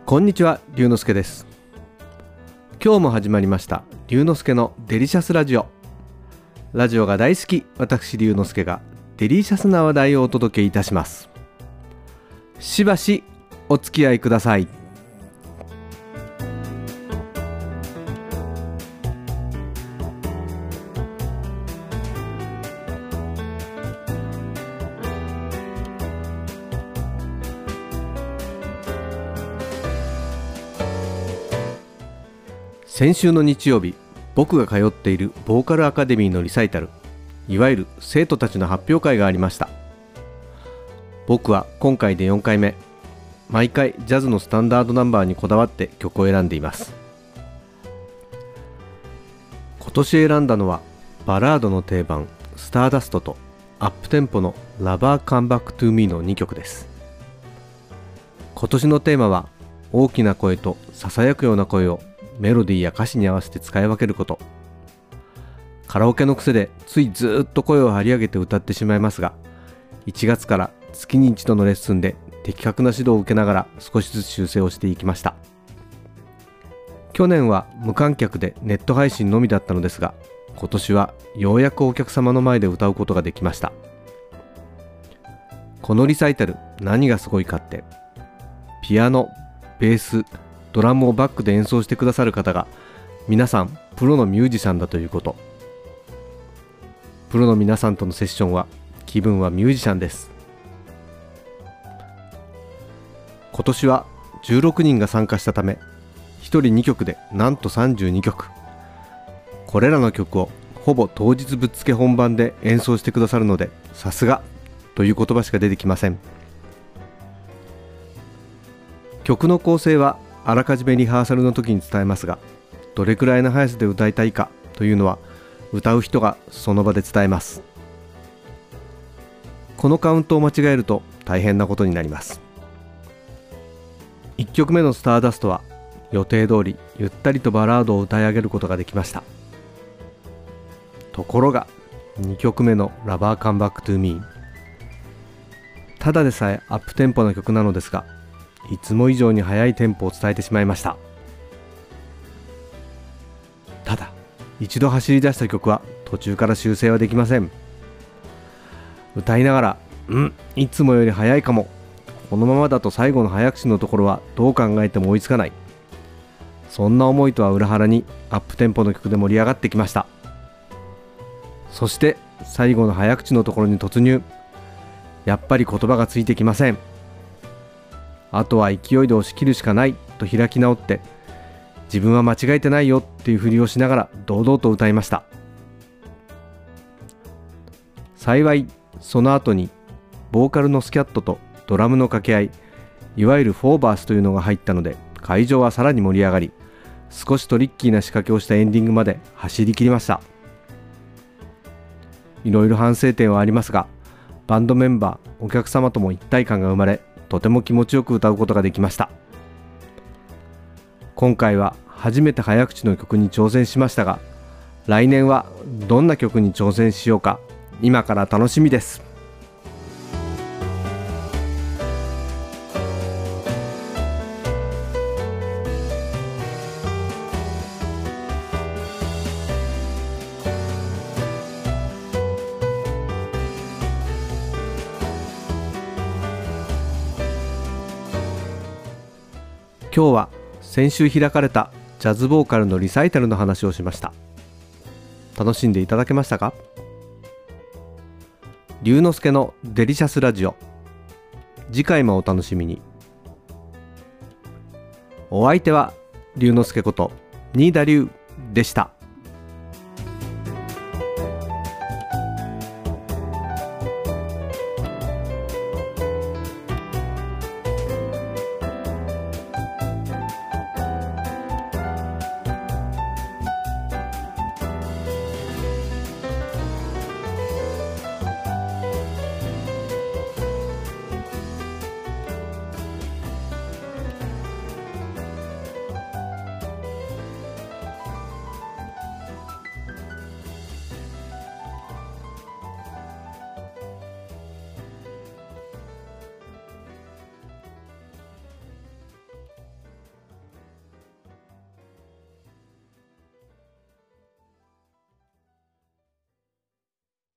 こんにちは、龍之介です。今日も始まりました龍之介のデリシャスラジオ。ラジオが大好き私龍之介がデリシャスな話題をお届けいたします。しばしお付き合いください。先週の日曜日、僕が通っているボーカルアカデミーのリサイタル、いわゆる生徒たちの発表会がありました。僕は今回で4回目、毎回ジャズのスタンダードナンバーにこだわって曲を選んでいます。今年選んだのはバラードの定番スターダストとアップテンポのラバーカムバックトゥーミーの2曲です。今年のテーマは大きな声とささやくような声をメロディーや歌詞に合わせて使い分けること。カラオケの癖でついずっと声を張り上げて歌ってしまいますが、1月から月に一度のレッスンで的確な指導を受けながら少しずつ修正をしていきました。去年は無観客でネット配信のみだったのですが、今年はようやくお客様の前で歌うことができました。このリサイタル、何がすごいかって、ピアノ、ベース、ドラムをバックで演奏してくださる方が皆さんプロのミュージシャンだということ。プロの皆さんとのセッションは気分はミュージシャンです。今年は16人が参加したため、1人2曲でなんと32曲。これらの曲をほぼ当日ぶっつけ本番で演奏してくださるので、さすがという言葉しか出てきません。曲の構成はあらかじめリハーサルの時に伝えますが、どれくらいの速さで歌いたいかというのは歌う人がその場で伝えます。このカウントを間違えると大変なことになります。1曲目のスターダストは予定通りゆったりとバラードを歌い上げることができました。ところが2曲目のラバーカムバックトゥーミー、ただでさえアップテンポな曲なのですが、いつも以上に速いテンポを伝えてしまいました。ただ一度走り出した曲は途中から修正はできません。歌いながらいつもより速いかも、このままだと最後の早口のところはどう考えても追いつかない、そんな思いとは裏腹にアップテンポの曲で盛り上がってきました。そして最後の早口のところに突入。やっぱり言葉がついてきません。あとは勢いで押し切るしかないと開き直って、自分は間違えてないよっていうふりをしながら堂々と歌いました。幸いその後にボーカルのスキャットとドラムの掛け合い、いわゆるフォーバースというのが入ったので、会場はさらに盛り上がり、少しトリッキーな仕掛けをしたエンディングまで走り切りました。いろいろ反省点はありますが、バンドメンバー、お客様とも一体感が生まれ、とても気持ちよく歌うことができました。今回は初めて早口の曲に挑戦しましたが、来年はどんな曲に挑戦しようか、今から楽しみです。今日は先週開かれたジャズボーカルのリサイタルの話をしました。楽しんでいただけましたか？龍之介のデリシャスラジオ、次回もお楽しみに。お相手は龍之介こと新田龍でした。